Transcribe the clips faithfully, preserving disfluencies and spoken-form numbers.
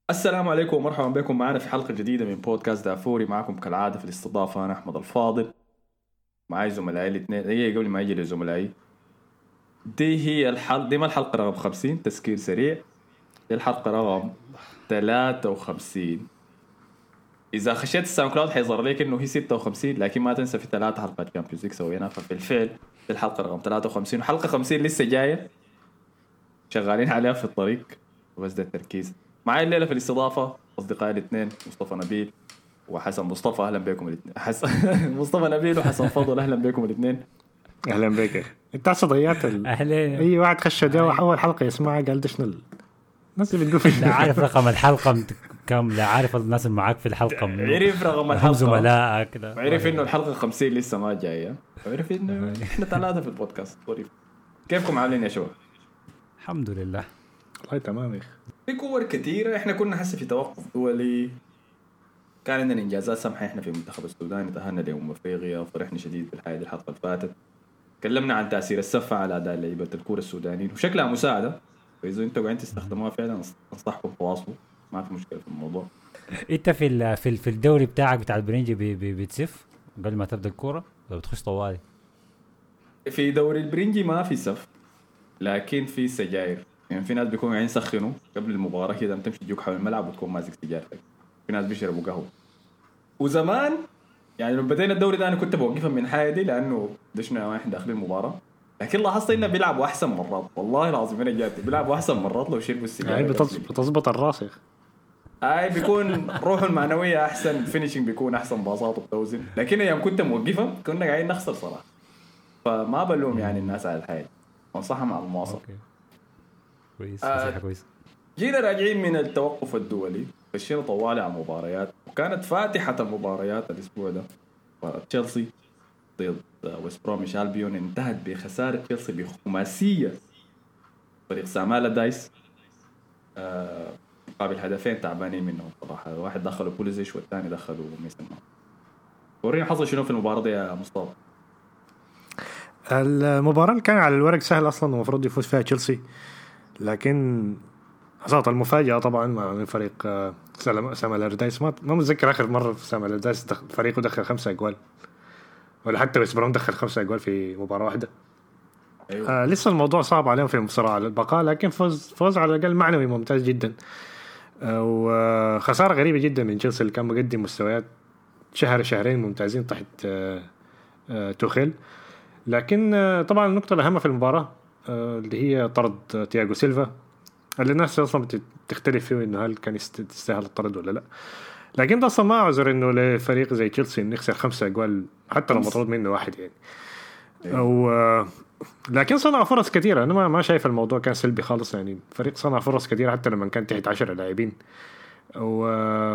السلام عليكم ومرحبا بكم معنا في حلقة جديدة من بودكاست دافوري. معكم كالعادة في الاستضافة أنا أحمد الفاضل، معي زملائي الاثنين. هي قبل ما يجي لزملائي، دي هي الحلقة دي ما الحلقة رقم خمسين، تذكير سريع. دي الحلقة رقم ثلاثة وخمسين. إذا خشيت الساوند كلاود حيظهر لك إنه هي ستة وخمسين، لكن ما تنسى في ثلاثة حلقات كامبيونز ليج سويناها، فبالفعل في الحلقة رقم ثلاثة وخمسين، وحلقة خمسين لسه جاية شغالين عليها في الطريق، بس ده التركيز. معي الليلة في الاستضافة أصدقائي الاثنين مصطفى نبيل وحسن مصطفى. أهلا بكم الاثنين. حسن مصطفى نبيل وحسن فضل، أهلا بكم الاثنين. اهلا بك. انت اصلا ضيعت ال... اهلا. اي واحد خش ده اول حلقه يسمعها قال ده شنو الناس اللي بتقول لا عارف رقم الحلقه كم، لا عارف الناس اللي معاك في الحلقه منو. عرف رقم هم الحلقة، زملائك كده، وعرف إنه الحلقة خمسين لسه ما جاية، وعرف إنه إحنا ثلاثة في البودكاست. طريف. كيفكم عاملين يا شباب؟ الحمد لله والله تمام يا اخي. في كور كثيرة. إحنا كنا حسي في توقف دولي، كان عندنا إنجازات سمحة. إحنا في منتخب السودان تأهلنا لأمم أفريقيا وفرحنا شديد بالحياة. دي الحلقة اللي فاتت تكلمنا عن تأثير السفة على أداء لعيبة الكرة السودانيين وشكلها مساعدة، فإذا أنتوا قاعدين تستخدموها فعلا أنصحكم تواصلوا، ما في مشكلة في الموضوع. انت في ال- في ال- في الدوري بتاعك بتاع البرنجي بي- بي- بتسف قبل ما تبدا الكوره ولا بتخش طوالي؟ في دوري البرنجي ما في سف، لكن في سجاير. يعني في ناس بيكونوا عين يسخنوا قبل المباراة كده، تمشي تجوك حول الملعب وتكون ماسك سجارتك. في ناس بيشربوا قهوة. وزمان يعني لما بدينا الدوري ده أنا كنت بوقفها من حياتي لأنه دشنا واحد داخل المباراة، لكن لاحظت إنه بيلعبوا أحسن مرات. والله العظيم أنا جاتي بيلعبوا أحسن مرات لو شربوا السجارة. يعني بتز... بتظبط الراس يا اخي. هاي بيكون روحه المعنوية أحسن، الفينيشنج بيكون أحسن، باصاته بتوزن. لكن يوم كنت موقفة كنا قاعدين نخسر صراحة، فما بلوم يعني الناس على الحياة، وانصحهم على المواصل. اوكي كويس، آه. نصيحه كويس. جينا راجعين من التوقف الدولي، خشينا طوالي على المباريات، وكانت فاتحة المباريات الأسبوع ده. تشيلسي ضد ويست بروميش ألبيون انتهت بخسارة تشيلسي بخماسية فريق سامالا دايس، آه قابل هدفين تعبانين منهم صراحة. واحد دخلوا بوليزيش والثاني دخلوا ميسن ماونت. ورينا حصل شنو في المباراة دي يا مصطفى؟ المباراه اللي كان على الورق سهل اصلا ومفروض يفوز فيها تشيلسي، لكن حصلت المفاجاه طبعا من فريق سامالا دايس. ما ما متذكر اخر مره في سامالا دايس دخل فريقه دخل خمسة اجوال، ولا حتى ويست بروم دخل خمسة اجوال في مباراه واحده. أيوة. آه لسه الموضوع صعب عليهم في مصراع البقاء، لكن فوز فوز على الاقل معنوي ممتاز جدا. آه وخساره غريبه جدا من تشيلسي اللي كان مقدم مستويات شهر شهرين ممتازين تحت آه آه توخيل. لكن آه طبعا النقطه الاهم في المباراه آه اللي هي طرد تياغو سيلفا، اللي الناس اصلا بتختلف فيه انه هل كان يستاهل الطرد ولا لا. لكن ده اصلا ما عذر انه لفريق زي تشيلسي انه يخسر خمسة اجوال حتى لو مطرود منه واحد يعني. أو لكن صنع فرص كثيرة. أنا ما ما شايف الموضوع كان سلبي خالص، يعني فريق صنع فرص كثيرة حتى لما كان تحت عشرة لاعبين. و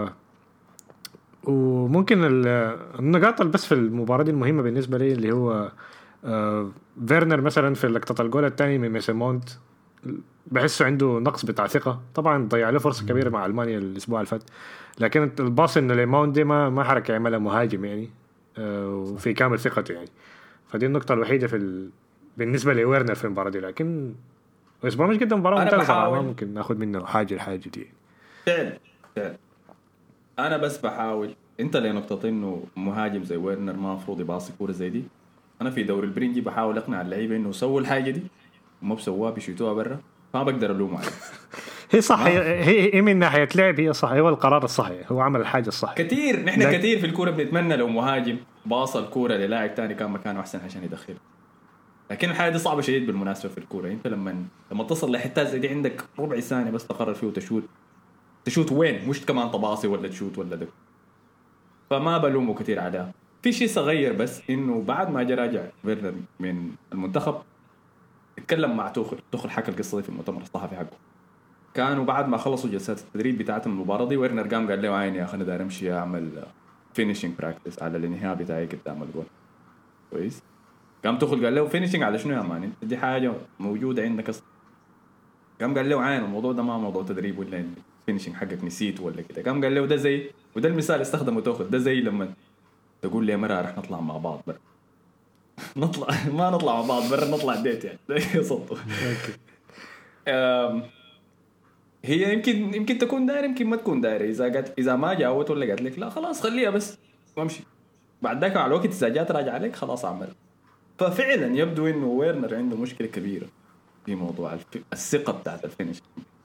وممكن النقاط اللي بس في المباراة دي المهمة بالنسبة لي اللي هو آه فيرنر مثلا في لقطة الجول الثاني من ميسن ماونت، بحسه عنده نقص بتاع ثقة. طبعا ضيع له فرصة كبيرة مع ألمانيا الأسبوع اللي فات، لكن الباص إنه لماونت دي ما ما حركة يعملها مهاجم يعني، آه وفي كامل ثقته يعني. فدي النقطة الوحيدة في ال... بالنسبة لويرنر في المباراة دي. لكن ويسبر مش قدم مباراة ممتازة، ما ممكن ناخد منه حاجة الحاجة دي. فعلا فعلا أنا بس بحاول. أنت ليه نقطة إنه مهاجم زي ويرنر ما مفروض يباصي كورة زي دي؟ أنا في دوري البرنجي بحاول أقنع اللعيبة إنه سووا الحاجة دي وما بسووها بيشوتوها برا، فما بقدر ألوم عليه. هي صح، هي هي من ناحية لعب هي صح، هو القرار الصحيح، هو عمل الحاجة الصح. كتير نحن لك... كتير في الكورة بنتمنى لو مهاجم باص الكورة للاعب تاني كان مكانه أحسن عشان يدخل. لكن الحاجة دي صعبة شديد بالمناسبة في الكورة. أنت لما لما تصل لحتة زي دي عندك ربع ثانية بس تقرر فيه وتشوت. تشوت وين؟ مش كمان تباصي ولا تشوت ولا ده. فما بلومه كتير عليها. في شيء صغير بس إنه بعد ما جاء راجع فيرنر من المنتخب اتكلم مع توخل. توخل حكى القصة دي في المؤتمر الصحفي حقه. كانوا بعد ما خلصوا جلسات التدريب بتاعتهم المباراة دي، ويرنر قام قال له عيني يا أخي أنا داير أمشي أعمل فينيشينج براكتس على الانهاء بتاعي قدام الجول. كويس. قام توخل قال له فينيشينج على شنو يا مان؟ دي حاجة موجودة عندك أصلا. قام قال له عين الموضوع ده ما موضوع تدريب ولا فينيشينج حقك نسيت ولا كده. قام قال له ده زي، وده المثال استخدمه توخل، ده زي لما تقول لي يا مرة رح نطلع مع بعض برا. نطلع ما نطلع مع بعض برا، نطلع ديت يعني. ده صوته. هي يمكن يمكن تكون دايره يمكن ما تكون دايره. اذا قالت اذا ما جاوبت ولا قالت لك لا خلاص خليها بس وامشي. بعد ذاك على الوقت اذا جات راجع عليك خلاص اعمل. ففعلا يبدو انه ويرنر عنده مشكله كبيره في موضوع الثقه بتاعت الفينش.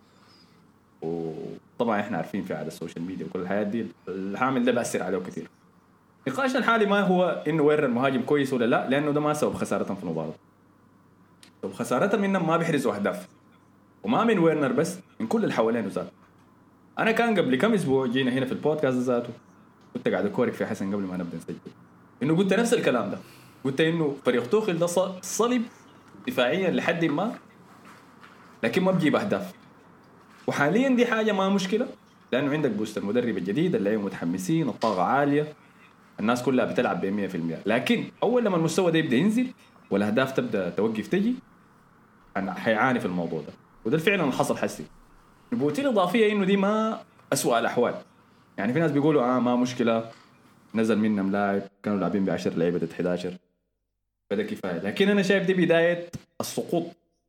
وطبعا احنا عارفين في عاده السوشيال ميديا وكل الحياة دي العامل ده بأثر عليه كثير. نقاشنا الحالي ما هو انه ويرنر مهاجم كويس ولا لا، لانه ده ما سبب خسارتهم في المباراه. سبب خسارتهم منهم ما بيحرزوا اهداف، وما من ويرنر بس، من كل اللي حوالينه ذاته. انا كان قبل كم اسبوع جينا هنا في البودكاست ذاته كنت قاعد اكورك في حسن قبل ما نبدا نسجل، انه قلت نفس الكلام ده. قلت انه فريق توخيل ده صلب دفاعيا لحد ما، لكن ما بجيب اهداف. وحاليا دي حاجه ما مشكله، لانه عندك بوست المدرب الجديد، اللعيبه متحمسين، الطاقه عاليه، الناس كلها بتلعب ب مية بالمية. لكن اول لما المستوى ده يبدا ينزل والاهداف تبدا توقف تجي، انا حيعاني في الموضوع ده. وده فعلا اللي حصل حسي. نبوتي الاضافيه انه دي ما اسوأ الاحوال. يعني في ناس بيقولوا اه ما مشكله نزل منهم لاعب، كانوا لاعبين ب عشرة لعيبه ضد إحدى عشر، فده كفايه. لكن انا شايف دي بدايه السقوط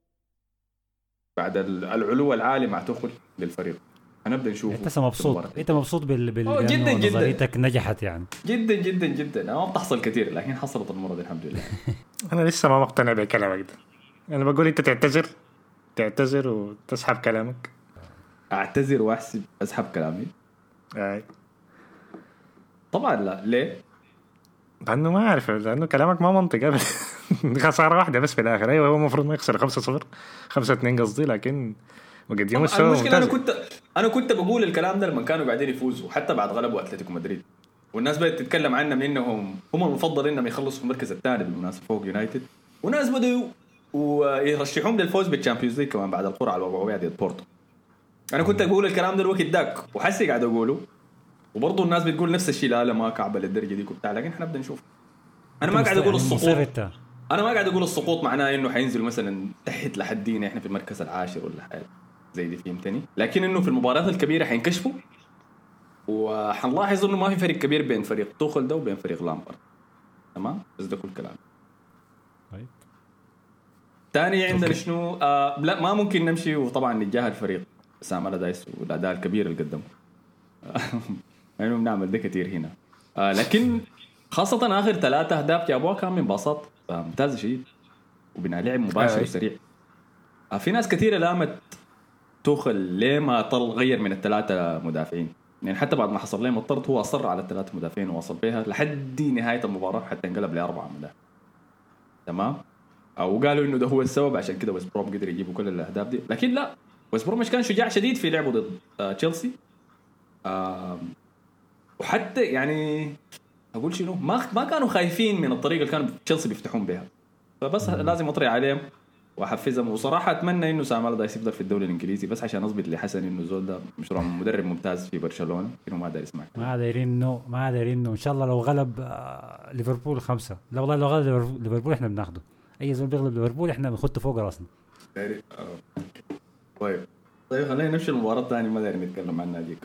بعد العلو العالي مع توخيل للفريق. هنبدا نشوف. انت مبسوط انت مبسوط بال بال جدا جدا نظريتك نجحت يعني جدا جدا جدا. ما بتحصل كثير لكن حصلت المره دي الحمد لله. انا لسه ما مقتنع بكلامك ده. انا بقول انت تعتذر تعتذر وتسحب كلامك. اعتذر واحسب اسحب كلامي؟ اي طبعا لا. ليه؟ لانه ما اعرف، لانه كلامك ما منطقي ابدا. خساره واحده بس في الاخر. ايوه هو المفروض ما يخسر خمسة صفر خمسة اثنين قصدي، لكن مقدمه مستوى ممتاز. انا كنت انا كنت بقول الكلام ده لما كانوا قاعدين يفوزوا، حتى بعد غلبوا اتلتيكو مدريد، والناس بدات تتكلم عنهم انهم هم المفضل انهم يخلصوا في المركز الثاني بالمناسبه فوق يونايتد، وناس بدوا ويرشحون للفوز بالتشامبيونز ليج كمان بعد القرعه الوضعيه ديال بورتو. انا كنت اقول الكلام ده الوقت داك وحسي قاعد اقوله، وبرضه الناس بتقول نفس الشيء. لا لا ما كعبه للدرجه دي وبتاع، لكن احنا بدنا نشوف. انا ما قاعد اقول السقوط انا ما قاعد اقول السقوط معناه انه حينزلوا مثلا تحت لحدينا احنا في المركز العاشر ولا حاجه زي دي، فهمتني؟ لكن انه في المباريات الكبيره حينكشفوا، وحنلاحظ انه ما في فريق كبير بين فريق توخيل ده وبين فريق لامبارد. تمام؟ بس ده كل كلام. طيب ثاني عندنا شنو؟ آه لا ما ممكن نمشي وطبعا نتجاهل فريق سام ألادايس والاداء الكبير اللي قدمه. يعني بنعمل ده كتير هنا. آه لكن خاصه اخر ثلاثه اهداف جابوها كان من باصات ممتازه شديد وبناء لعب مباشر وسريع. آه في ناس كثيره لامت توخيل ليه ما طل غير من الثلاثه مدافعين، يعني حتى بعد ما حصل لهم الطرد هو اصر على الثلاثه مدافعين ووصل بها لحد نهايه المباراه حتى انقلب لاربعه مدافعين. تمام؟ او قالوا انه ده هو السبب عشان كده ويست بروم قدر يجيبوا كل الاهداف دي، لكن لا، ويست بروم مش كان شجاع شديد في لعبه ضد آه تشيلسي. آه وحتى يعني اقول شنو ما ما كانوا خايفين من الطريقه اللي كانوا تشيلسي بيفتحون بها، فبس لازم اطري عليهم واحفزهم. وصراحه اتمنى انه سام ألادايس يفضل في الدوري الانجليزي بس عشان اثبت لحسن انه زول ده مشروع مدرب ممتاز في برشلونه، انه ما داير يسمع ما دايرين انه ما دايرين انه ان شاء الله لو غلب آه ليفربول خمسة، لا والله لو غلب ليفربول احنا بناخده. اي زول بيغلب ليفربول احنا بنخطه فوق راسنا. طيب طيب خلينا نمشي المباراه الثانيه ما داير نتكلم عنها ديك.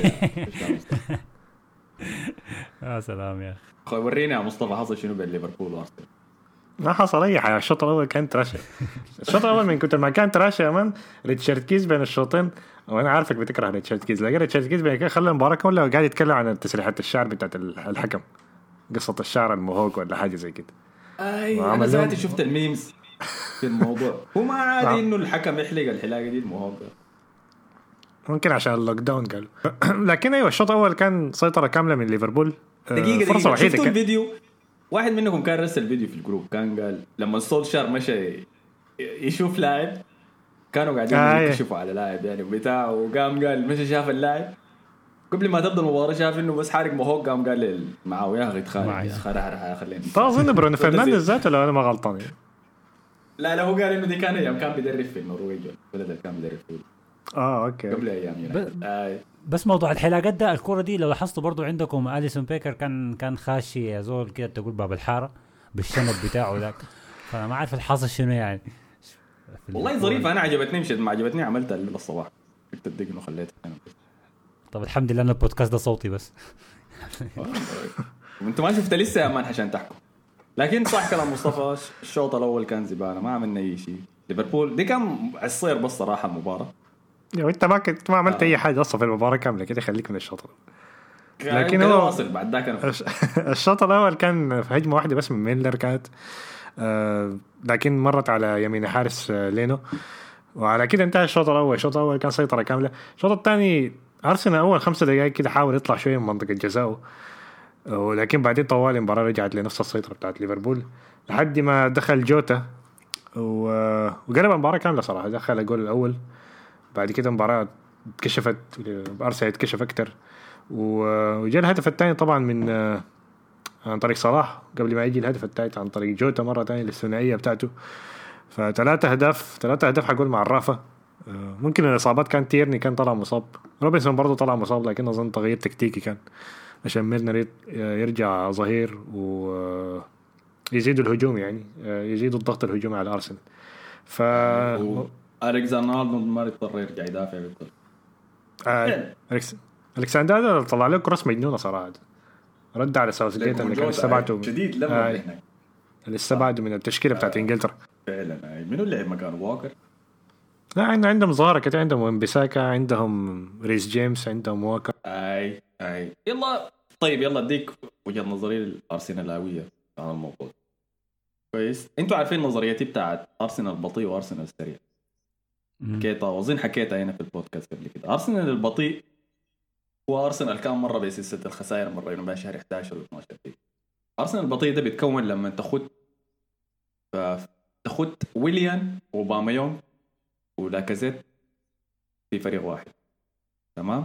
يا سلام يا اخي ورينا يا مصطفى حصل شنو بين ليفربول وارسنال. ما حصل اي حاجه. الشوط الاول كان تراشة. الشوط الاول من كنت ما كان تراشة يا مان. ريتشارد كيز بين الشوطين، وانا عارفك بتكره ريتشارد كيز، لكن ريتشارد كيز بين كده خلى المباراه كلها قاعد يتكلم عن تسريحات الشعر بتاعت الحكم، قصه الشعر الموهوك ولا حاجه زي كده. اي انا ذاتي شفت الميمز في الموضوع. هو ما عادي انه الحكم يحلق الحلاقه دي الموهوك، ممكن عشان اللوك داون قالوا. لكن ايوه الشوط الاول كان سيطره كامله من ليفربول. دقيقه فرصه وحيده. شفتوا الفيديو؟ واحد منكم كان رسل فيديو في الجروب كان قال لما سولشار مشى يشوف لاعب كانوا قاعدين آه يكشفوا على لاعب يعني بتاع، وقام قال مشى شاف اللاعب قبل ما تبدا المباراه شاف انه بس حارق موهوك، قام قال معه يا اخي تخانق خرح خليني اظن برونو فرنانديز ذاته لو انا ما غلطان. لا لا هو قال انه دي كان ايام كان بيدرب في النرويج البلد اللي كان بيدرب فيه. اه اوكي قبل ايام يعني. آه. بس موضوع الحلاقات ده الكرة دي لو لاحظتوا برضو عندكم أليسون بيكر كان كان خاشي يا زول كده تقول باب الحارة بالشنب بتاعه ذاك، فما عارف الحاصل شنو يعني. والله ظريف. انا عجبتني مشيت ما عجبتني عملتها للصباح كنت الدقن وخليتها. طب الحمد لله ان البودكاست ده صوتي بس. وانتم ما شفت لسه يا مان عشان تحكوا. لكن صح كلام مصطفى، الشوط الاول كان زباله ما عملنا اي شيء. ليفربول دي كان عصير بس صراحه المباراه يعني انت ما كنت ما عملت آه. اي حاجه اصلا في المباراه كامله كده، خليك من الشوط. لكن هو واصل بعد ذاك الشوط الاول كان في هجمه واحده بس من ميلر كانت آه لكن مرت على يمين حارس آه لينو، وعلى كده انتهى الشوط الاول. الشوط الاول كان سيطره كامله. الشوط الثاني ارسنال اول خمسة دقائق كده حاول يطلع شويه من منطقه جزاءه، ولكن بعدين طوال المباراه رجعت لنفس السيطره بتاعت ليفربول لحد ما دخل جوتا وقلب المباراه كامله صراحه. دخل الجول الاول، بعد كده المباراه اتكشفت، ارسنال اتكشف اكتر، وجاء الهدف الثاني طبعا من عن طريق صلاح قبل ما يجي الهدف الثالث عن طريق جوتا مره ثانيه للثنائيه بتاعته. فثلاثه اهداف ثلاثه اهداف حقول مع الرافه. ممكن الاصابات كان تيرني كان طلع مصاب، روبنسون برضه طلع مصاب، لكن اظن تغيير تكتيكي كان عشان ميلنر يرجع ظهير ويزيد الهجوم، يعني يزيد الضغط الهجومي على ارسنال. ف ألكساندر ما يضطر يرجع يدافع بالضبط. آه. ألكساندر طلع له كروس مجنونة صراحة، رد على ساوثجيت اللي كان استبعده شديد لما آه. هناك اللي استبعده من التشكيلة بتاعت إنجلترا فعلا. منو اللي لعب مكان ووكر؟ لا عندهم ظاهرة كده، عندهم امبيساكا، عندهم ريس جيمس، عندهم ووكر. أي أي يلا طيب يلا اديك وجهة نظري الأرسنالاوية عن الموضوع. كويس، انتوا عارفين نظريتي بتاعت أرسنال البطيء وأرسنال السريع. حكيتها وظن حكيتها هنا في البودكاست قبل كده. أرسنال البطيء هو أرسنال كان مرة بسلسلة الخسائر مرة إنه بشهر إحدى عشر و اثنا عشر. أرسنال البطيء ده بيتكون لما تاخد تاخد ويليان وباميون ولاكازيت في فريق واحد. تمام.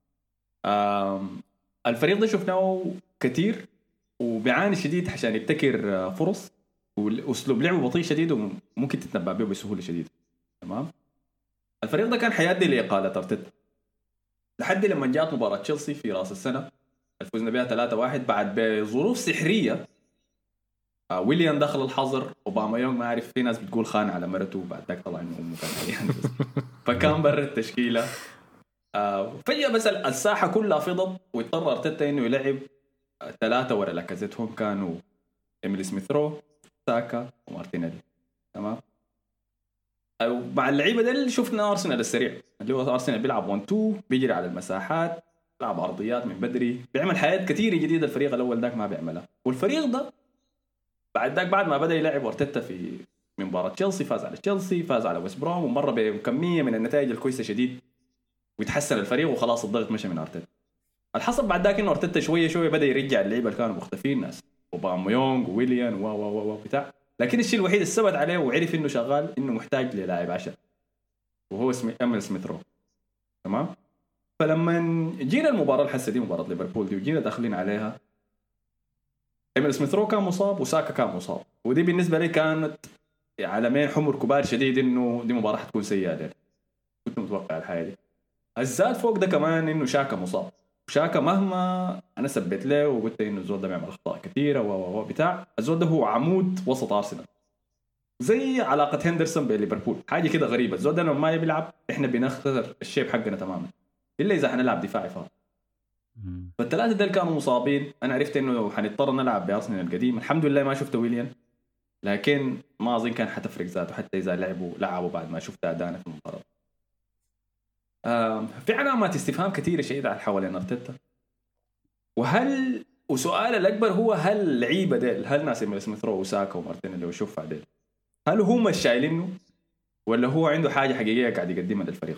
الفريق ده شفناه كتير وبيعاني شديد عشان يبتكر فرص، وأسلوب لعبه بطيء شديد وممكن تتنبأ به بسهولة شديدة. تمام. الفريق ده كان حيادي لإقالة أرتيتا لحد لما جاءت مباراة تشيلسي في رأس السنة الفوزنا بها ثلاثة واحد بعد بظروف سحرية. آه ويليام دخل الحظر، أوباما يوم ما أعرف في ناس بتقول خان على مرته بعد ذاك طلع إنه أمه كان يعني فكان برا التشكيلة. آه فجأة بس الساحة كلها فضت واضطر أرتيتا إنه يلعب ثلاثة ورا لاكازيتهم كانوا إيميلي سميثرو ساكا ومارتينيلي. تمام. أو مع اللعيبة ده اللي شفنا أرسنال السريع اللي هو أرسنال بيلعب واحد اثنين بيجري على المساحات، بيلعب عرضيات من بدري، بيعمل حاجات كثيرة جديدة الفريق الأول داك ما بيعملها. والفريق ده بعد ذاك بعد ما بدأ يلعب أرتيتا في من مباراة تشيلسي فاز على تشيلسي، فاز على ويست بروم، ومرة بكمية من النتائج الكويسة شديد ويتحسن الفريق وخلاص الضغط مشى من أرتيتا. الحصل بعد ذاك إنه أرتيتا شوية شوية بدأ يرجع اللعيبة اللي كانوا مختفين، ناس أوباميونغ وويليان و و و بتاع. لكن الشيء الوحيد اللي ثبت عليه وعرف إنه شغال إنه محتاج للاعب عشر وهو اسمه إيميل سميثرو. تمام. فلما جينا المباراة الحسة دي مباراة ليفربول دي وجينا داخلين عليها، إيميل سميثرو كان مصاب وساكا كان مصاب، ودي بالنسبة لي كانت علامين حمر كبار شديد إنه دي مباراة حتكون سيئة لي. كنت متوقع الحاجة دي. الزاد فوق ده كمان إنه شاكا مصاب. شاكا مهما أنا سبت له وقلت إنه الزول ده بيعمل أخطاء كثيرة و و بتاع، الزول ده هو عمود وسط أرسنال زي علاقة هندرسون بليفربول، حاجة كده غريبة. الزول ده لما ما بيلعب إحنا بنخسر الشيب حقنا تماما إلا إذا حنلعب دفاعي فقط. فالثلاثة دول كانوا مصابين. أنا عرفت إنه حنضطر نلعب بأرسنال القديم. الحمد لله ما شفت ويليان، لكن ما أظن كان حتفرق ذاته حتى إذا لعبوا لعبوا بعد ما شفت أدانا في المباراة. في علامات استفهام كثيرة شديدة حوالين أرتيتا. وهل وسؤال الأكبر هو هل اللعيبة ديل، هل ناس إيميل سميثرو وساكا ومارتين اللي وشوفها ديل، هل هم الشايلينه ولا هو عنده حاجة حقيقية قاعد يقدمها للفريق؟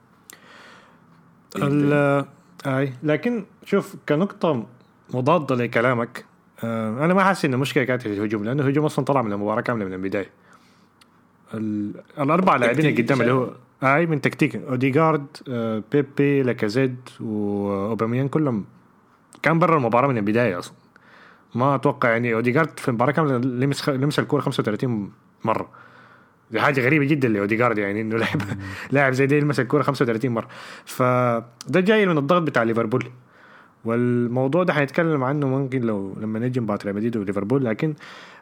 اي لكن شوف كنقطة مضادة لكلامك، أنا ما حاسس إن المشكلة كانت في الهجوم، لأنه الهجوم أصلا طلع من المباراة كاملة من البداية. الأربعة لاعبين اللي قدام اللي هو اي من تكتيك اوديغارد بيبي لاكازيت واوباميان كلهم كان برا المباراه من البدايه اصلا. ما اتوقع يعني اوديغارد في المباراه كامله لمس لمس الكوره خمسة وثلاثين مره. دي حاجه غريبه جدا لاوديغارد، يعني انه لاعب لاعب زي ده يلمس الكوره خمسة وثلاثين مره. فده جاي من الضغط بتاع ليفربول، والموضوع ده حنتكلم عنه ممكن لو لما نجي مباراه ريال مدريد وليفربول. لكن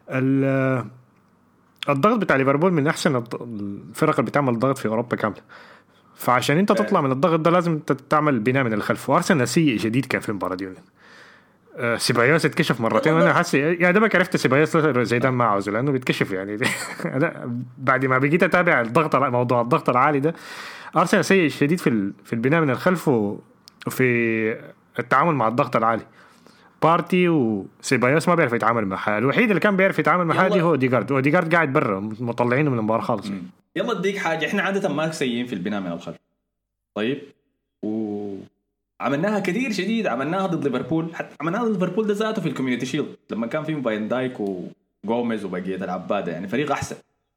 الضغط بتاع ليفربول من احسن الفرق اللي بتعمل ضغط في اوروبا كامله. فعشان انت تطلع من الضغط ده لازم تعمل بناء من الخلف. وارسنال سيء جديد كان في المباراه دي. آه سيبايوس اتكشف مرتين وانا حاسس يا دمك عرفت سيبايوس زيدان ما عاوزه لانه بيتكشف يعني. انا بعد ما بقيت اتابع الضغط موضوع الضغط العالي ده ارسنال سيء شديد في في البناء من الخلف وفي التعامل مع الضغط العالي. بارتي وسيبايوس ما بيعرف يتعامل معها. الوحيد اللي كان بيعرف يتعامل مع هذه هو ديغارد وديغارد قاعد برا مطلعينه من المباراه خالص. م. يلا اديك حاجه احنا عاده ما سيئين في البناء من الخلف طيب وعملناها كثير شديد عملناها ضد ليفربول حتى عملناها ضد ليفربول ده ذاته في الكوميونتي شيلد لما كان فيه باين دايك وغوميز وبقيه العباده يعني فريق احسن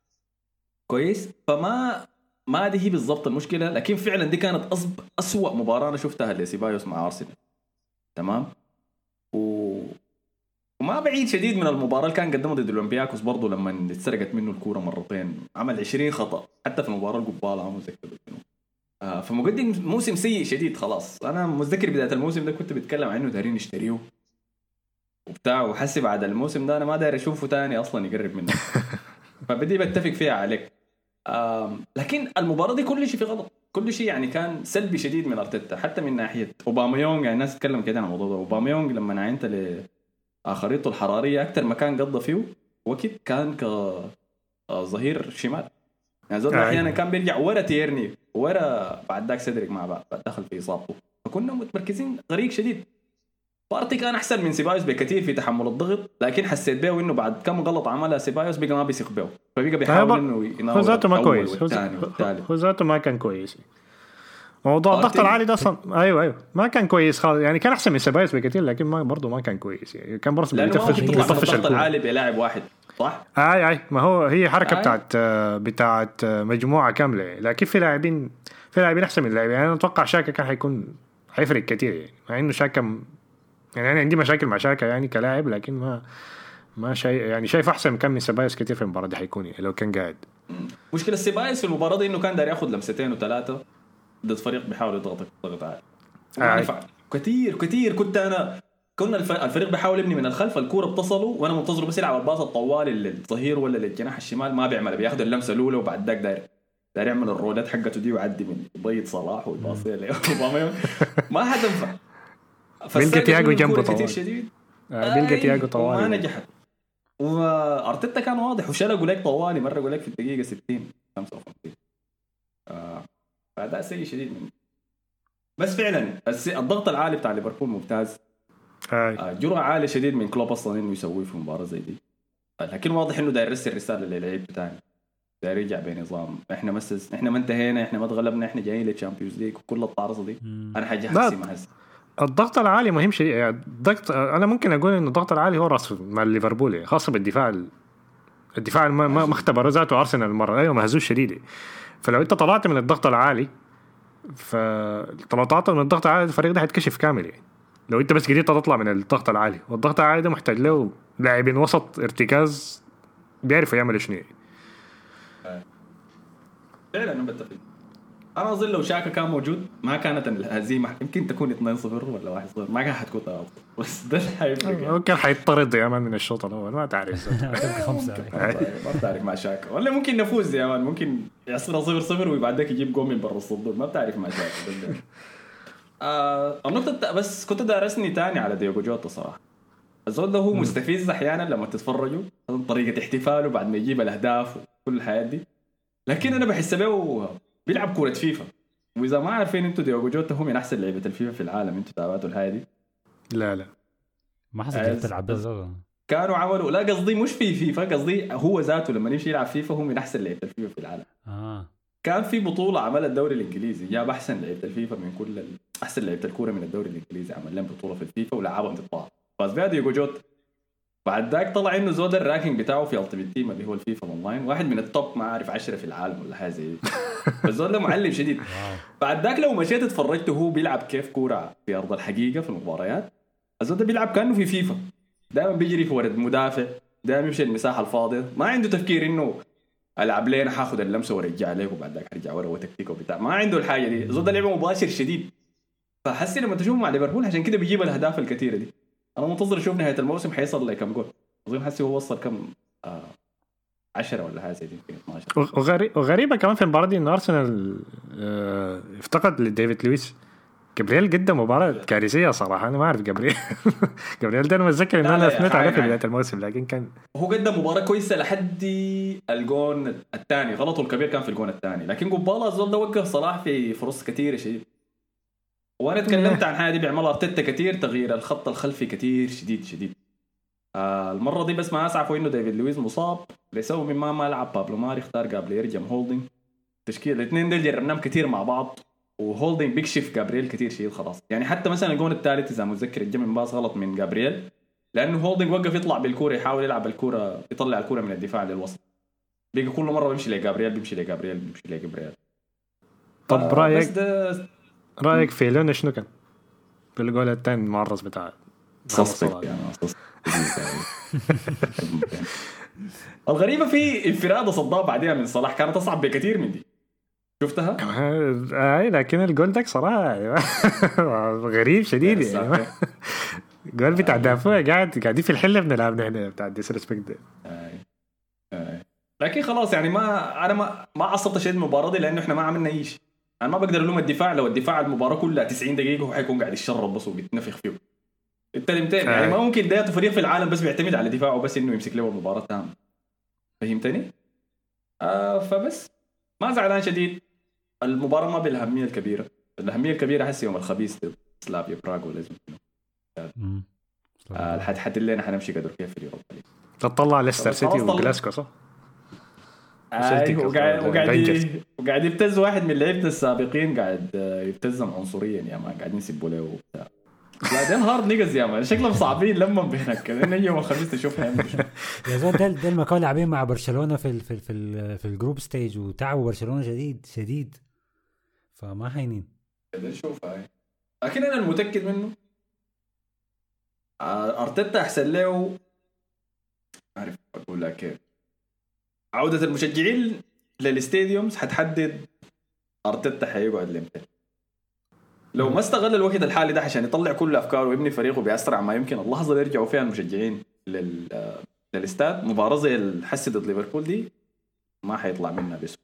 كويس. فما ما دي هي بالضبط المشكله لكن فعلا دي كانت أصب أسوأ مباراه انا شفتها لسيبايوس مع ارسنال تمام. و... وما بعيد شديد من المباراه اللي كان قدمها ضد الاولمبياكوس برضه لما اتسرقت منه الكوره مرتين عمل عشرين خطا حتى في المباراه القباله عمل زي كده. آه فمقدم موسم سيء شديد خلاص. انا متذكر بدايه الموسم ده كنت بتكلم عنه دارين نشتريه وبتاع وحسي بعد الموسم ده انا ما داير اشوفه تاني اصلا يقرب منه. فبدي بتفق فيها عليك. آه لكن المباراه دي كل شيء في غلط كل شيء يعني كان سلبي شديد من ارتيتا حتى من ناحيه اوباميونغ. يعني الناس تتكلم كده عن الموضوع ده. اوباميونغ لما عينت لخريطته الحراريه اكثر مكان قضى فيه وقت كان كظهير شمال يعني زود احيانا كان بيرجع ورا تيرني ورا بعد ذاك سيدريك مع بعض دخل في اصابته فكنا متمركزين غريق شديد. بارتي كان احسن من سيبايوس بكثير في تحمل الضغط لكن حسيت بيه انه بعد كم غلط عملها سيبايوس بقى ما بيثق بيه فبقى بيحاول انه يناول ذاته ما كويس هو ذاته ما كان كويس. موضوع الضغط العالي ده اصلا ايوه ايوه ما كان كويس خالص يعني كان احسن من سيبايوس بكثير لكن ما برضه ما كان كويس يعني كان برضه بيتفش بيطفش الضغط العالي بلاعب واحد صح. اي اي ما هو هي حركه آي. بتاعت بتاعت مجموعه كامله لكن في لاعبين في لاعبين احسن من اللاعبين يعني انا اتوقع شاكا كان حيكون حيفرق كثير يعني مع انه شاكا يعني انا عندي مشاكل مع شاكا يعني كلاعب لكن ما ما شيء يعني شايف احسن كم من سيبايوس كثير في المباراه دي حيكون يعني لو كان قاعد. مشكله سيبايوس في المباراه دي انه كان داير ياخذ لمستين وثلاثه ضد فريق بيحاول يضغط ضغط عالي آه. كثير كثير كنت انا كنا الفريق بيحاول يبني من الخلف الكوره بتصله وانا منتظره بس يلعب الباص الطوالي للظهير ولا للجناح الشمال ما بيعمل بياخذ اللمسه الاولى وبعد ذاك داير داير يعمل الرولات حقته دي ويعدي من بيض صلاح ويباصي له ما حد ينفع. بيلقى تياغو جنبه كثير شديد بيلقى تياغو طوالي ما نجحت. وارتيتا كان واضح وشلقوا لك طوالي مره يقول لك في الدقيقه ستين خمسة وخمسين آه. فده سيء شديد منه. بس فعلا الضغط العالي بتاع ليفربول ممتاز آه جرأة عالية شديد من كلوب اصلا انه يسويه في مباراه زي دي لكن واضح انه داير يرسل رساله للعيب بتاعنا داير يرجع بنظام احنا مسس احنا ما انتهينا احنا ما تغلبنا احنا جايين للشامبيونز ليج وكل الطارصه دي انا حاجه حسي ما حسي. الضغط العالي مهم شيء يعني الضغط انا ممكن اقول ان الضغط العالي هو راس مع ليفربول خاصه بالدفاع الدفاع ما ما اختبر ذاته ارسنال المره ايوه مهزوز شديد. فلو انت طلعت من الضغط العالي فلو طلعت من الضغط العالي الفريق ده هيتكشف كامل يعني لو انت بس قدرت تطلع من الضغط العالي والضغط العالي ده محتاج له لاعبين وسط ارتكاز بيعرفوا يعملوا شنو فعلا. انا بتفق انا اظن لو شاكا كان موجود ما كانت الهزيمه يمكن تكون اثنين صفر ولا واحد صفر ما كان حتكون ثلاثة بس ده حيفرق ممكن حيطرد يا مان من الشوط الاول ما تعرف ما بتعرف مع شاكا ولا ممكن نفوز يا مان ممكن يصير صفر صفر وبعد ذاك يجيب جول من برا الصندوق ما بتعرف مع شاكا. آه النقطه بس كنت دارسني تاني على ديوغو جوتا صراحه الزول ده هو مستفز احيانا لما تتفرجوا طريقه احتفاله بعد ما يجيب الاهداف وكل الحياه دي لكن انا بحس به بيلعب كرة فيفا. واذا ما عارفين انتوا ديوغو جوتا هو من احسن لعيبه الفيفا في العالم انتوا تابعتوا الحاجه دي؟ لا لا ما حسيت تلعب ده كانوا عملوا لا قصدي مش في فيفا قصدي هو ذاته لما يمشي يلعب فيفا هو من احسن لعيبه الفيفا في العالم. اه كان في بطوله عملها الدوري الانجليزي جاب احسن لعيبه الفيفا من كل ال... احسن لعيبه الكوره من الدوري الانجليزي عمل لهم بطوله في الفيفا ولعبهم ضد فاز بها ديوغو جوتا. بعد ذاك طلع انه زود الرانكينج بتاعه في التيمت تيم اللي هو الفيفا اونلاين واحد من التوب ما اعرف عشرة في العالم ولا حاجه زي بس زود ده معلم شديد. بعد ذاك لو مشيت اتفرجت هو بيلعب كيف كوره في ارض الحقيقه في المباريات الزود ده بيلعب كانه في فيفا دائما بيجري في ورد مدافع دائما يمشي المساحه الفاضيه ما عنده تفكير انه العب لين حاخذ اللمسه ورجع عليه وبعد ذاك ارجع ورا وتكتيكه بتاع ما عنده الحاجه دي. زود ده لعبه مباشر شديد فحسي لما تشوفه مع ليفربول عشان كده بيجيب الاهداف الكثيره دي. انا منتظر اشوف نهايه الموسم حيصل لكم جول اظن حسي هو وصل كم آه عشرة ولا حاجه زي دي اثناشر. وغريب وغريبه كمان في المباراه دي ان ارسنال آه افتقد لديفيد لويس جابرييل قدم مباراة كارثية صراحة. أنا ما أعرف جابرييل جابرييل ده أنا متذكر إن لا، أنا لا يا سمعت عليه حي- في حي. بداية الموسم لكن كان هو قدم مباراة كويسة لحد الجون الثاني. غلطه الكبير كان في الجون الثاني، لكن قبالة الزول ده وقف صلاح في فرص كثيرة شديد. وانا تكلمت عن حاجة دي بيعملها ارتيتا كثير، تغيير الخط الخلفي كثير شديد شديد. آه المرة دي بس ما اسعفوا انه ديفيد لويس مصاب ليسوي مما ما لعب بابلو ماري، اختار جابرييل جم هولدينج تشكيل. الاثنين دول جربناهم كثير مع بعض، وهولدينج بيكشف جابرييل كثير شيء خلاص. يعني حتى مثلا الجون الثالث اذا متذكر الجمع باص غلط من جابرييل، لانه هولدينج وقف يطلع بالكوره يحاول يلعب الكوره يطلع الكوره من الدفاع للوسط، بيجي كل مره بيمشي لجابرييل بيمشي لجابرييل بيمشي لجابرييل. طب آه رأيك بس ده رأيك في لونه شنو كان في الجول الثاني المعرض بتاع صفصف يعني صفصف. الغريبة في انفرادة صدها بعدها من صلاح كانت أصعب بكثير من دي، شفتها؟ اي لكن الجول ده صراحة غريب شديد يعني. جول بتاع دافع قاعد قاعدين في الحلة بنلعب نحن بتاع ديسريسبكت ده. لكن خلاص يعني ما انا ما ما عصبت شيء المباراة دي لأنه احنا ما عملنا اي شيء. انا ما بقدر الوم الدفاع، لو الدفاع المباراة كلها تسعين دقيقة هو حيكون قاعد يشرب بس وبيتنفخ فيه. التلمتين يعني ما ممكن ده فريق في العالم بس بيعتمد على دفاعه بس انه يمسك له المباراة تام. فهمتني؟ آه فبس ما زعلان شديد. المباراة ما بالأهمية الكبيرة، الأهمية الكبيرة حسي يوم الخميس سلافيا براغ ولا اسمه آه الحد حد اللي نحن نمشي قدر كيف في اليوروبا ليج. تطلع ليستر سيتي وجلاسكو صح؟ ايوه وقاعد وقاعد وقاعد يبتز واحد من لعيبه السابقين، قاعد يبتزهم عنصريا يا ما قاعدين يسبوا له وبتاع. بعدين هارد نيجز يا مان شكلهم صعبين لما بينك كذا يوم الخميس تشوفها يا زول. ده ده المكان لاعبين مع برشلونه في ال في ال في, ال في الجروب ستيج وتعبوا برشلونه شديد شديد، فما حينين نشوفها. لكن انا المتاكد منه ارتيتا احسن له. عارف اقول لك كيف عوده المشجعين للاستاديومز حتحدد ارتيتا حيقعد لمتى. لو ما استغل الوقت الحالي ده عشان يطلع كل افكاره ويبني فريقه باسرع ما يمكن، اللحظه اللي يرجعوا فيها المشجعين لل للاستاد مباراه زي الحسي ضد ليفربول دي ما حيطلع منها بس.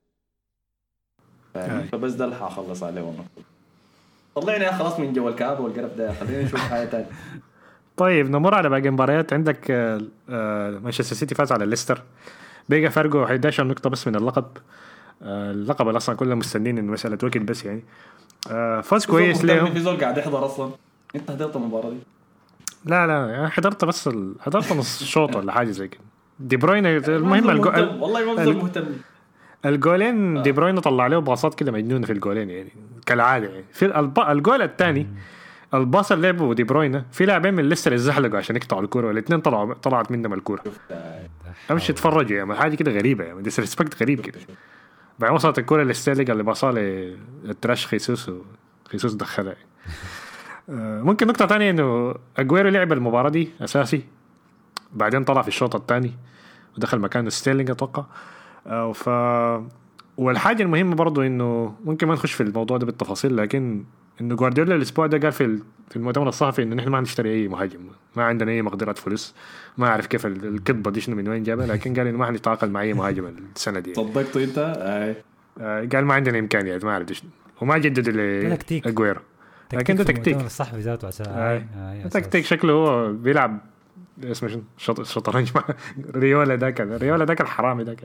فبس ده اللي حخلص عليه ونقطه. طلعنا يا خلاص من جو الكعب والقرف ده، خلينا نشوف حاجه ثانيه. طيب نمر على باقي المباريات. عندك مانشستر سيتي فاز على ليستر، بقى فرقه احد عشر نقطه بس من اللقب. اللقب اللي اصلا كلنا مستنين انه مساله وقت بس يعني. فاز كويس ليهم. في زول قاعد يحضر اصلا. انت حضرت المباراه دي؟ لا لا يعني حضرت بس ال... حضرت نص شوط ولا حاجه زي كده. دي بروين المهم الجو... والله ما بزول مهتم. الجولين آه. دي بروين طلع له باصات كده مجنونه في الجولين يعني كالعاده يعني. في الب... الجول الثاني الباص اللي لعبه دي بروين في لاعبين من ليستر يزحلقوا عشان يقطعوا الكوره والاثنين طلعوا طلعت منهم الكوره. امشي اتفرجوا يعني حاجه كده غريبه يعني ديسريسبكت غريب كده. بعد وصلت الكوره للستيليغ اللي باصها للتراش خيسوس وخيسوس دخلها. ممكن نقطه ثانيه انه اجويرو لعب المباراه دي اساسي، بعدين طلع في الشوط الثاني ودخل مكان ستيرلينج اتوقع. ف والحاجه المهمه برضو انه ممكن ما نخش في الموضوع ده بالتفاصيل، لكن انه جوارديولا الاسبوع ده قال في في المؤتمر الصحفي انه نحن ما نشتري اي مهاجم، ما عندنا اي مقدره فلوس. ما اعرف كيف الكذبه دي شنو من وين جابها، لكن قال انه ما حنتعاقد مع اي مهاجم السنه دي. صدقت انت؟ اي قال ما عندنا امكانيات ما اعرف شنو وما جدد لاجويرو. لكن ده تكتيك الصحفي ذاته عشان تكتيك شكله هو بيلعب اسمه شنو شطرنج مع ريولا ذاك ريولا ذاك الحرامي ذاك.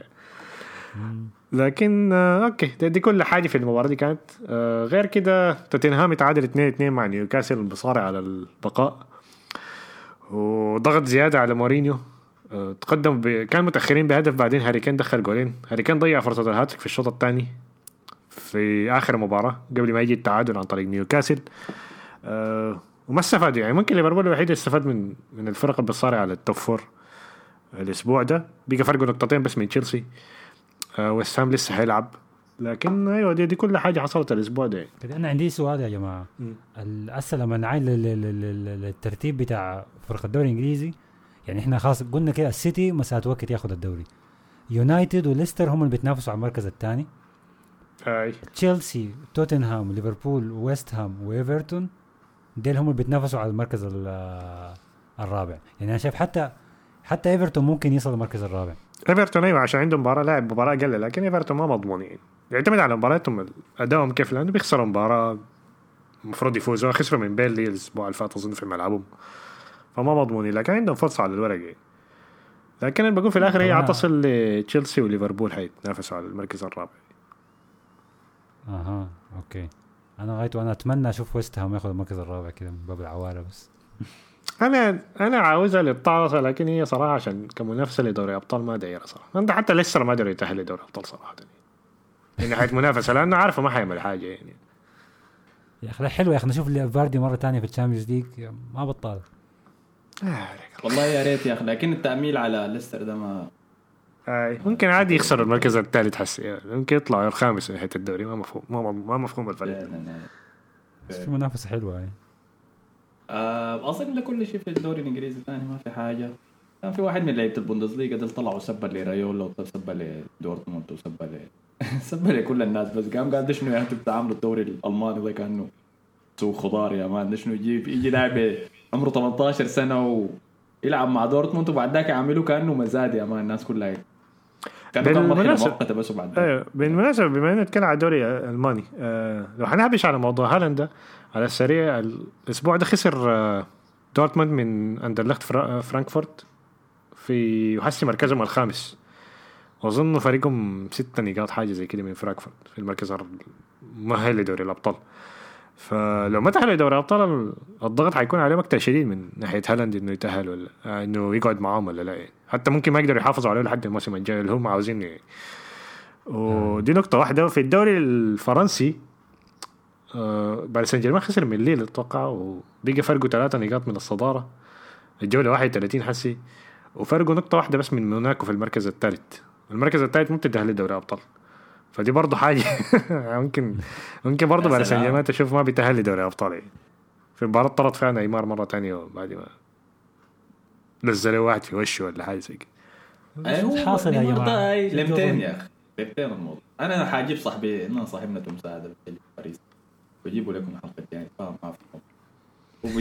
لكن آه اوكي دي كل حاجه في المباراه دي كانت. آه غير كده توتنهام تعادل اثنين اثنين مع نيوكاسل بصارع على البقاء وضغط زياده على مورينيو. آه تقدم ب... كان متاخرين بهدف، بعدين هاري كين دخل جولين. هاري كين ضيع فرصه الهاتريك في الشوط الثاني في اخر مباراه قبل ما يجي التعادل عن طريق نيوكاسل. آه وما استفاد يعني. ممكن ليفربول الوحيد استفاد من من الفرق اللي بتصارع على التوب فور الاسبوع ده، بقى فرقه نقطتين بس من تشيلسي. آه وست هام لسه هيلعب. لكن ايوه دي, دي كل حاجه حصلت الاسبوع ده. انا عندي سؤال يا جماعه. الاسئله لما نعاين للترتيب بتاع فرق الدوري الانجليزي، يعني احنا خلاص قلنا كده السيتي مساحه وقت ياخذ الدوري، يونايتد وليستر هم اللي بيتنافسوا على المركز الثاني. اي تشيلسي توتنهام ليفربول ويست هام وايفرتون ديل هم اللي بيتنافسوا على المركز الرابع. يعني انا شايف حتى حتى ايفرتون ممكن يصل المركز الرابع. ايفرتون ايوه عشان عندهم مباراه لاعب مباراه اقل، لكن ايفرتون ما مضمونين، يعتمد على مباراتهم ادائهم كيف، لانه بيخسروا مباراه المفروض يفوزوا، خسروا من بيرلي الاسبوع اللي فات اظن في ملعبهم، فما مضمونين، لكن عندهم فرصه على الورق. لكن انا بقول في الاخر هي عتصل لتشيلسي وليفربول حيتنافسوا على المركز الرابع. اها اوكي. انا غايت وانا اتمنى اشوف ويست هام ياخذ المركز الرابع كده من باب العواره. بس انا انا عاوزها للطارصه، لكن هي صراحه عشان كمنافسه لدوري ابطال ما دايره صراحه. انت حتى لسه ما داير يتاهل لدوري ابطال صراحه يعني حيت منافسه لانه عارفه ما حيعمل حاجه يعني. يا اخي حلو يا اخي نشوف فاردي مره ثانيه في الشامبيونز ليج ما بطال. والله يا ريت يا اخي، لكن التأميل على ليستر ده ما آه ممكن عادي يخسر المركز الثالث حسي يعني. ممكن يطلع الخامس من ناحيه الدوري، ما مفهوم ما ما مفهوم الفريق. بس في منافسه حلوه يعني. آه اظن لكل شيء في الدوري الانجليزي الثاني ما في حاجه. كان في واحد من لعيبه البوندسليغا ده طلعوا سبب لرايولا وسبب لدورتموند وسبب ل سبب لكل الناس، بس قام قال شنو يا انتم بتعاملوا الدوري الالماني ده كانه سوق خضار يا مان. شنو يجيب يجي لاعب عمره ثمانية عشر سنه ويلعب مع دورتموند وبعد ذاك يعملوا كانه مزاد يا مان. الناس كلها كانوا كان مرحله مؤقته بس وبعد ايوه. بالمناسبه بما اننا نتكلم على الدوري الالماني، آه لو حنهبش على موضوع هالاند ده على السريع، الاسبوع ده خسر آه دورتموند من اندرلخت فرا فرانكفورت في وحسي مركزهم الخامس، واظن فريقهم ستة نقاط حاجه زي كده من فرانكفورت في المركز المؤهل لدوري الابطال. فلو ما تأهلوا دوري الابطال الضغط حيكون عليهم اكثر شديد من ناحيه هالاند انه يتأهل ولا آه انه يقعد معاهم ولا لا يعني. حتى ممكن ما يقدروا يحافظوا عليه لحد الموسم الجاي اللي هم عاوزين يعني. ودي نقطه واحده. في الدوري الفرنسي آه باريس سان جيرمان خسر من ليل اتوقع، وبقى فرقه ثلاثة نقاط من الصداره الجوله واحد وثلاثين حسي، وفرقه نقطه واحده بس من موناكو في المركز الثالث. المركز الثالث ممكن تأهل دوري الابطال، فدي برضه حاجه ممكن ممكن برضه باريس سان جيرمان تشوف ما بيتأهل دوري ابطال يعني. في مباراه طرد فيها نيمار مره ثانيه وبعد ما نزل واحد في وشه ولا حاجه زي كده. ايوه حاصل يا جماعه لمتين يا اخي لمتين الموضوع. انا حاجيب صاحبي انه صاحبنا مساعده في باريس ويجيبوا لكم حلقه يعني فاهم ما في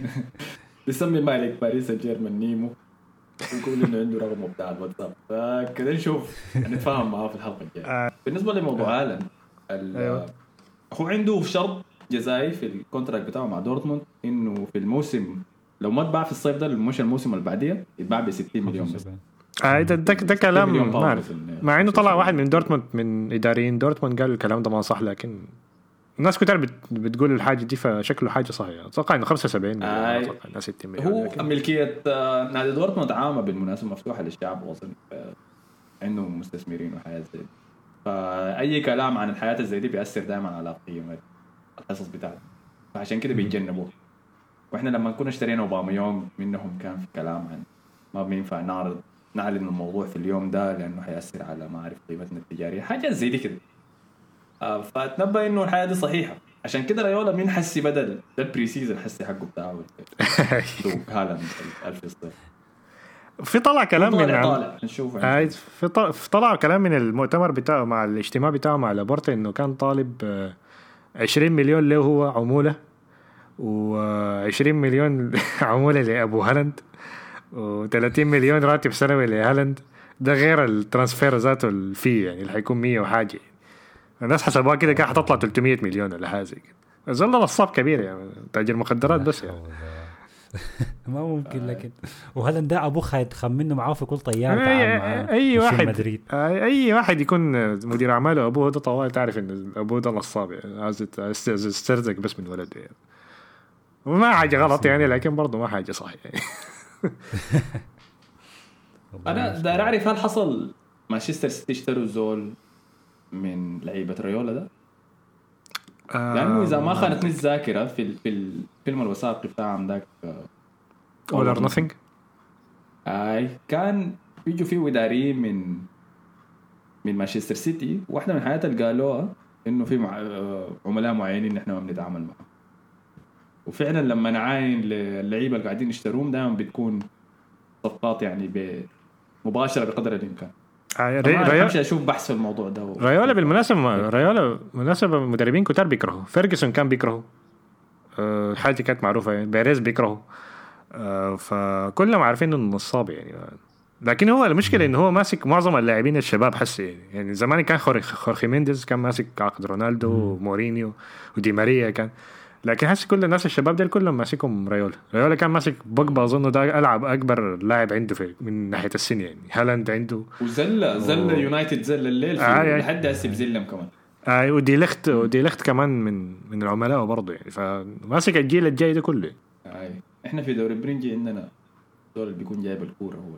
بيسمي مالك باريس سان جيرمان نيمو ويقول انه عنده رقم بتاع الواتساب، فكذا نشوف نتفاهم معاه في الحلقه الجايه. بالنسبه لموضوع هالاند أيوة. هو عنده شرط جزائي في الكونتراكت بتاعه مع دورتموند انه في الموسم لو ما تباع في الصيف ده مش الموسم اللي بعديه يتباع ب ستين مليون بس. آه ده ده, ده كلام ما أعرف. مع انه طلع واحد من دورتموند من اداريين دورتموند قال الكلام ده ما صح، لكن الناس كتير بت بتقول الحاجه دي فشكله حاجه صحيحه. اتوقع انه خمسة وسبعين مليون آه اتوقع ستين مليون. هو لكن ملكيه آه نادي دورتموند عامه بالمناسبه مفتوحه للشعب واصلا آه عنده مستثمرين وحياه زي، فاي كلام عن الحياه الزي دي بيأثر دائما على قيمه القصص بتاعته، فعشان كده بيتجنبوه. واحنا لما كنا اشترينا اوباميونغ منهم كان في كلام عن ما بينفع نعرض نعلن الموضوع في اليوم ده لانه حيأثر على ما اعرف قيمتنا التجاريه حاجه زي دي كده. آه فاتنبأ انه الحياه دي صحيحه، عشان كده ريولا من حسي بدل ده البري سيزون حسي حقه بتاعه دوك هالاند الف الصيف. في طلع كلام من طالع نشوف آه في طلع, طلع كلام من المؤتمر بتاعه مع الاجتماع بتاعه مع لابورتا انه كان طالب آه عشرين مليون له هو عموله وعشرين مليون عموله لابو هالاند وثلاثين مليون راتب سنوي لهالاند، ده غير الترانسفير ذاته الفي يعني اللي حيكون مية وحاجه. الناس حسبوها كده كده حتطلع ثلاثمية مليون ولا حاجه كده. ظل نصاب كبير يعني تاجر مخدرات بس يعني ما ممكن. لكن وهالاند ده ابوه حيتخمنه معاه في كل طياره تعال معاه اي واحد اي واحد يكون مدير اعماله ابوه ده طوال تعرف ان ابوه ده نصاب يعني عايز يسترزق بس من ولده يعني. وما حاجه غلط يعني لكن برضه ما حاجه صح يعني. انا داير اعرف هل حصل مانشستر سيتي اشتروا زول من لعيبه ريولا ده؟ آه لانه اذا ما خانتني الذاكره في في الفيلم الوثائقي بتاعهم ذاك All or Nothing اي كان بيجوا فيه اداريين من من مانشستر سيتي، واحده من حياتها اللي قالوها انه في مع... عملاء معينين نحن ما بنتعامل معهم، وفعلا لما نعاين للعيبه اللي قاعدين يشتروهم دائما بتكون صفقات يعني مباشره بقدر الامكان. ريولا مش اشوف بحث في الموضوع ده. ريولا بالمناسبه ريولا مناسبه مدربين كتار بيكرهوا. فيرجسون كان بيكرهه أه حاجه كانت معروفه يعني. بيريز بيكرهه أه فكلهم عارفين انه نصاب يعني. لكن هو المشكله انه هو ماسك معظم اللاعبين الشباب حسي يعني. يعني زمان كان خورخي مينديز كان ماسك عقد رونالدو ومورينيو ودي ماريا كان لكن هسه كل الناس الشباب ديل كلهم ماسكهم ريولا. ريولا كان ماسك بوجبا اظن ده العب اكبر لاعب عنده في من ناحيه السن يعني. هالاند عنده وزل زل يونايتد زل الليل آه يعني. لحد هسه بزلم كمان. اي آه ودي لخت ودي لخت كمان من من العملاء برضه يعني. فماسك الجيل الجاي ده كله. اي احنا في دوري برينجي عندنا دول اللي بيكون جايب الكوره هو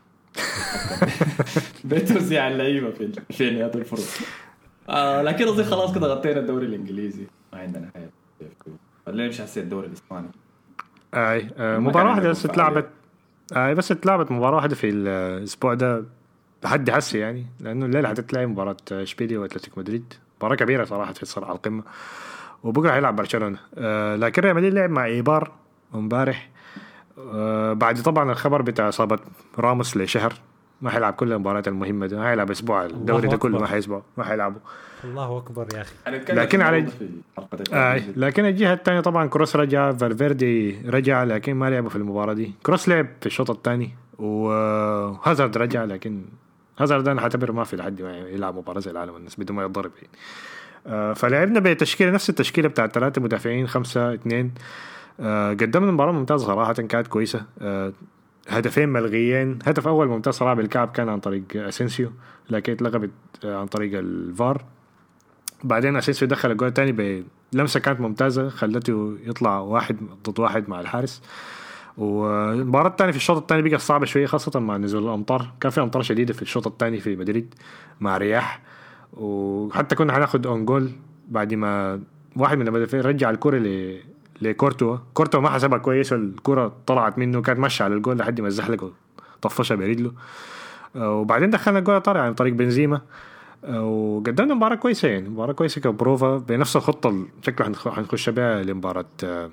بتوزيع اللعيبه في في هذا الفرص. آه لكن اظن خلاص كده غطينا الدوري الانجليزي ما عندنا حاجه. خلينا نمشي على الدوري الاسباني. اي آه مباراه واحده بس اتلعبت. اي بس اتلعبت مباراه واحده في الاسبوع ده بحد حسي يعني. لانه الليله حتتلعب مباراه اشبيليا واتلتيكو مدريد. مباراه كبيره صراحه في الصراع على القمه. وبكره هيلعب برشلونه. آه لكن ريال مدريد لعب مع ايبار امبارح. آه بعد طبعا الخبر بتاع اصابه راموس لشهر ما حيلعب كل المباريات المهمه دي. هيلعب اسبوع الدوري ده كله ما حيسبق ما حيلعبوا. الله اكبر يا اخي. لكن على آه لكن الجهه الثانيه طبعا كروس رجع فالفيردي رجع لكن ما لعبوا في المباراه دي. كروس لعب في الشوط الثاني وهازارد رجع لكن هازارد انا حاعتبره ما في لحد ما يلعب مباراه زي العالم الناس بدون ما يتضرب يعني. آه فلعبنا بتشكيله نفس التشكيله بتاع ثلاثه مدافعين خمسة اثنين. آه قدمنا مباراه ممتازه صراحه كانت كويسه. آه هدفين ملغيين. هدف اول ممتاز صراحه بالكعب كان عن طريق اسينسيو لكن اتلغبت عن طريق الفار. بعدين اسينسيو دخل الجول الثاني بلمسه كانت ممتازه خلته يطلع واحد ضد واحد مع الحارس. والمباراه الثانيه في الشوط الثاني بقى صعبه شويه خاصه مع نزول الامطار. كان في امطار شديده في الشوط الثاني في مدريد مع رياح. وحتى كنا هناخد اون جول بعد ما واحد من المدافعين رجع الكره ل لكورتوا. كورتوا ما حسبها كويس الكرة طلعت منه كانت ماشية على الجول لحد ما الزحلق طفشها برجله. وبعدين دخلنا الجول طالع عن طريق بنزيما. وقدمنا مباراة كويسة يعني مباراة كويسة كبروفا بنفس الخطة شكله حنخش بها لمباراة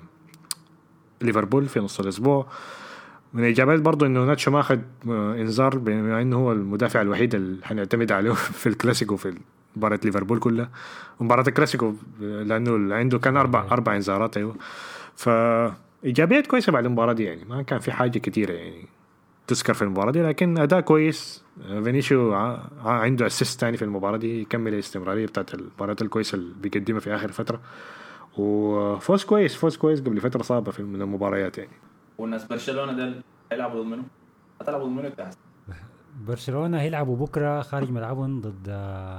ليفربول في نص الأسبوع. من الإجابات برضو إنه ناتشو ما أخذ إنذار بما إنه هو المدافع الوحيد اللي حنعتمد عليه في الكلاسيكو في مباراة ليفربول كلها ومباراة الكلاسيكو لأنه عنده كان أربع أربع إنذارات. أيوة فإيجابيات كويسة بعد المباراة دي يعني ما كان في حاجة كتيرة يعني تذكر في المباراة دي لكن أداء كويس. فينيسيو عنده أسيست تاني في المباراة دي يكمل الاستمرارية بتاعت المباريات الكويسة اللي بيقدمها في آخر فترة. وفوز كويس فوز كويس قبل فترة صعبة في من المباريات يعني. والناس برشلونة ده هيلعبوا ضد منه هتلعبوا ضد منه بتاع برشلونة هيلعبوا بكرة خارج ملعبهم ضد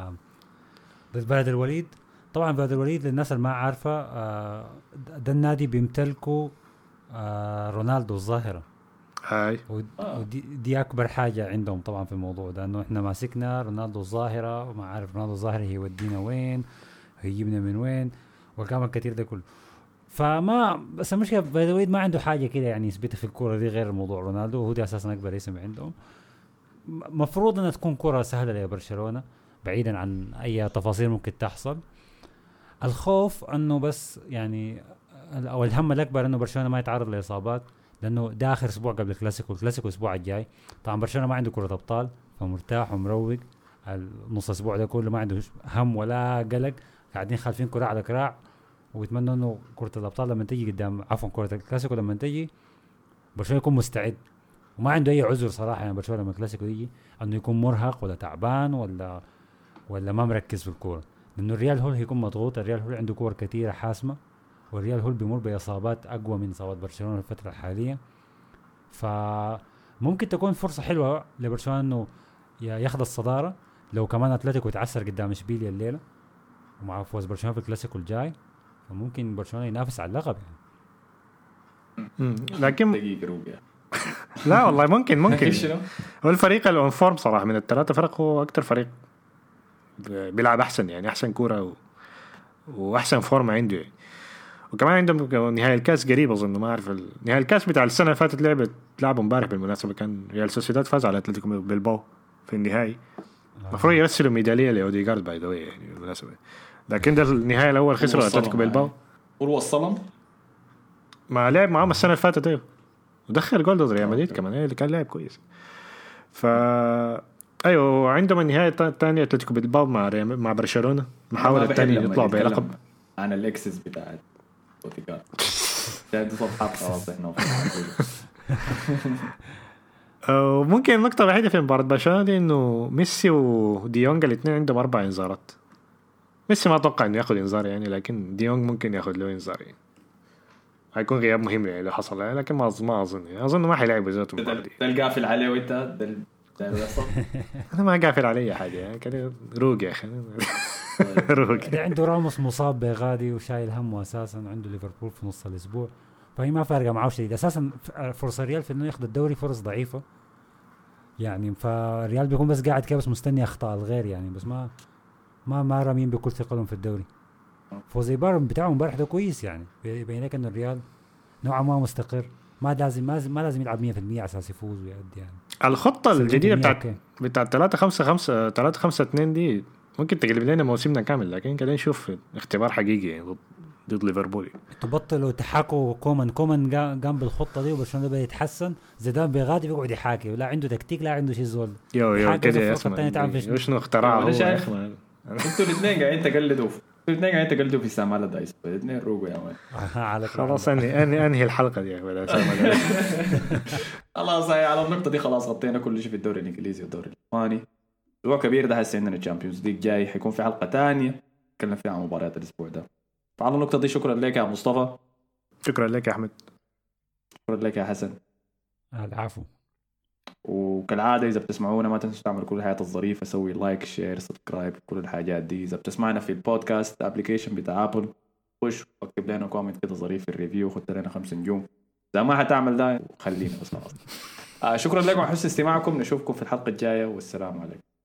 ضد بلد الوليد. طبعا بلد الوليد للناس اللي ما عارفة ده النادي بيمتلكه رونالدو الظاهرة. هاي ودي دي أكبر حاجة عندهم طبعا في الموضوع ده إنه إحنا ماسكنا رونالدو الظاهرة وما عارف رونالدو الظاهرة هيودينا وين هيجيبنا من وين والكلام الكثير ده كله. فما بس المشكلة بلد الوليد ما عنده حاجة كده يعني يثبتها في الكورة دي غير موضوع رونالدو وهو دي أساسا أكبر اسم عندهم. مفروض أنها تكون كرة سهلة لبرشلونة بعيدا عن أي تفاصيل ممكن تحصل. الخوف أنه بس يعني أو الهم الأكبر أنه برشلونة ما يتعرض لإصابات لأنه ده آخر أسبوع قبل الكلاسيكو. الكلاسيكو الأسبوع الجاي طبعا برشلونة ما عنده كرة أبطال فمرتاح ومروق النص أسبوع ده كله ما عنده هم ولا قلق قاعدين خالفين كرة على كراع ويتمنى أنه كرة الأبطال لما تيجي قدام عفوا كرة الكلاسيكو لما تيجي برشلونة يكون مستعد وما عنده أي عذر صراحة يعني برشلونة لما الكلاسيكو يجي أنه يكون مرهق ولا تعبان ولا ولا ما مركز في الكورة لأنه الريال هو هيكون مضغوط. الريال هو عنده كور كثيرة حاسمة والريال هو بيمر بإصابات أقوى من إصابات برشلونة في الفترة الحالية. فممكن تكون فرصة حلوة لبرشلونة إنه ياخد الصدارة لو كمان أتلتيكو يتعثر قدام إشبيليا الليلة ومع فوز برشلونة في الكلاسيكو الجاي فممكن برشلونة ينافس على اللقب يعني. لكن دقيقة روبيا لا والله ممكن ممكن هو الفريق الأونفورم صراحة من الثلاثة فرق هو أكتر فريق بيلعب أحسن يعني أحسن كورة و... وأحسن فورمة عنده يعني. وكمان عندهم نهاية الكاس قريب أظن ما أعرف ال... نهاية الكاس بتاع السنة اللي فاتت لعبت لعبوا امبارح بالمناسبة كان ريال سوسيداد فاز على أتلتيكو بالباو في النهائي. المفروض آه. يرسلوا ميدالية لأوديغارد باي ذا واي يعني بالمناسبة لكن ده النهائي الأول خسروا أتلتيكو بالباو ووصلهم ما لعب معهم السنة اللي فاتت ايوه ودخل جول ضد ريال مدريد كمان اللي كان لاعب كويس. ف ايوه عندهم النهايه الثانيه اتلتيكو بالباو مع مع برشلونه المحاوله الثانيه يطلع بلقب عن الاكسس بتاعت اوتيكا ده صفحات خلاص احنا وممكن النقطه الوحيده في مباراه برشلونه دي انه ميسي وديونج الاثنين عندهم اربع انذارات. ميسي ما اتوقع انه ياخذ انذار يعني لكن ديونج ممكن ياخذ له انذار يعني. هيكون غياب مهم يعني لو حصل يعني، لكن ما ما اظن يعني. اظن ما حيلعب ذاته المباراه دي. ده القافل عليه وانت ده انا ما قافل علي حاجه يعني كده روق يا اخي روق. عنده راموس مصاب بغادي وشايل همه اساسا، عنده ليفربول في نص الاسبوع، فهي ما فارقه معه شيء اساسا. فرصه ريال في انه ياخذ الدوري فرص ضعيفه يعني، فالريال بيكون بس قاعد كده بس مستني اخطاء الغير يعني، بس ما ما ما رامين بكل ثقلهم في الدوري. فوزي بار بتاعهم امبارح ده كويس يعني، بيبين لك انه الريال نوعا ما مستقر، ما لازم ما لازم يلعب مية بالمية على اساس يفوز ويؤدي يعني. الخطه الجديده بتاعت بتاعت ثلاثة خمسة خمسة ثلاثة خمسة اثنين دي ممكن تقلب لنا موسمنا كامل، لكن كده نشوف اختبار حقيقي يعني ضد ليفربول. تبطلوا تحاكوا كومان كومان قام بالخطه دي وبرشلونه بدا يتحسن، زيدان بيغادي بيقعد يحاكي، ولا عنده تكتيك لا عنده شيء زول يو يو كده اسمع وشنو اخترعه هو. انتوا الاثنين قاعدين تقلدوا انتوا الاثنين قاعدين تقلدوا في سامالة دايس، الاثنين روقوا يا مان. خلاص اني اني انهي الحلقه دي ولا سامالة خلاص على النقطه دي خلاص غطينا كل شيء في الدوري الانجليزي والدوري الاسباني. اسبوع كبير ده هسه عندنا الشامبيونز ليج جاي، حيكون في حلقه ثانيه نتكلم فيها عن مباريات الاسبوع ده. فعلى النقطه دي شكرا لك يا مصطفى. شكرا لك يا احمد. شكرا لك يا حسن. العفو. وكالعاده اذا بتسمعونا ما تنسوا تعملوا كل الحاجات الظريفه، سوي لايك شير سبسكرايب كل الحاجات دي. اذا بتسمعنا في البودكاست ابلكيشن بتاع ابل خش واكتب لنا كومنت كده ظريف في الريفيو وخد لنا خمس نجوم. اذا ما حتعمل ده خلينا بس خلاص. آه شكرا لكم على حسن استماعكم، نشوفكم في الحلقه الجايه والسلام عليكم.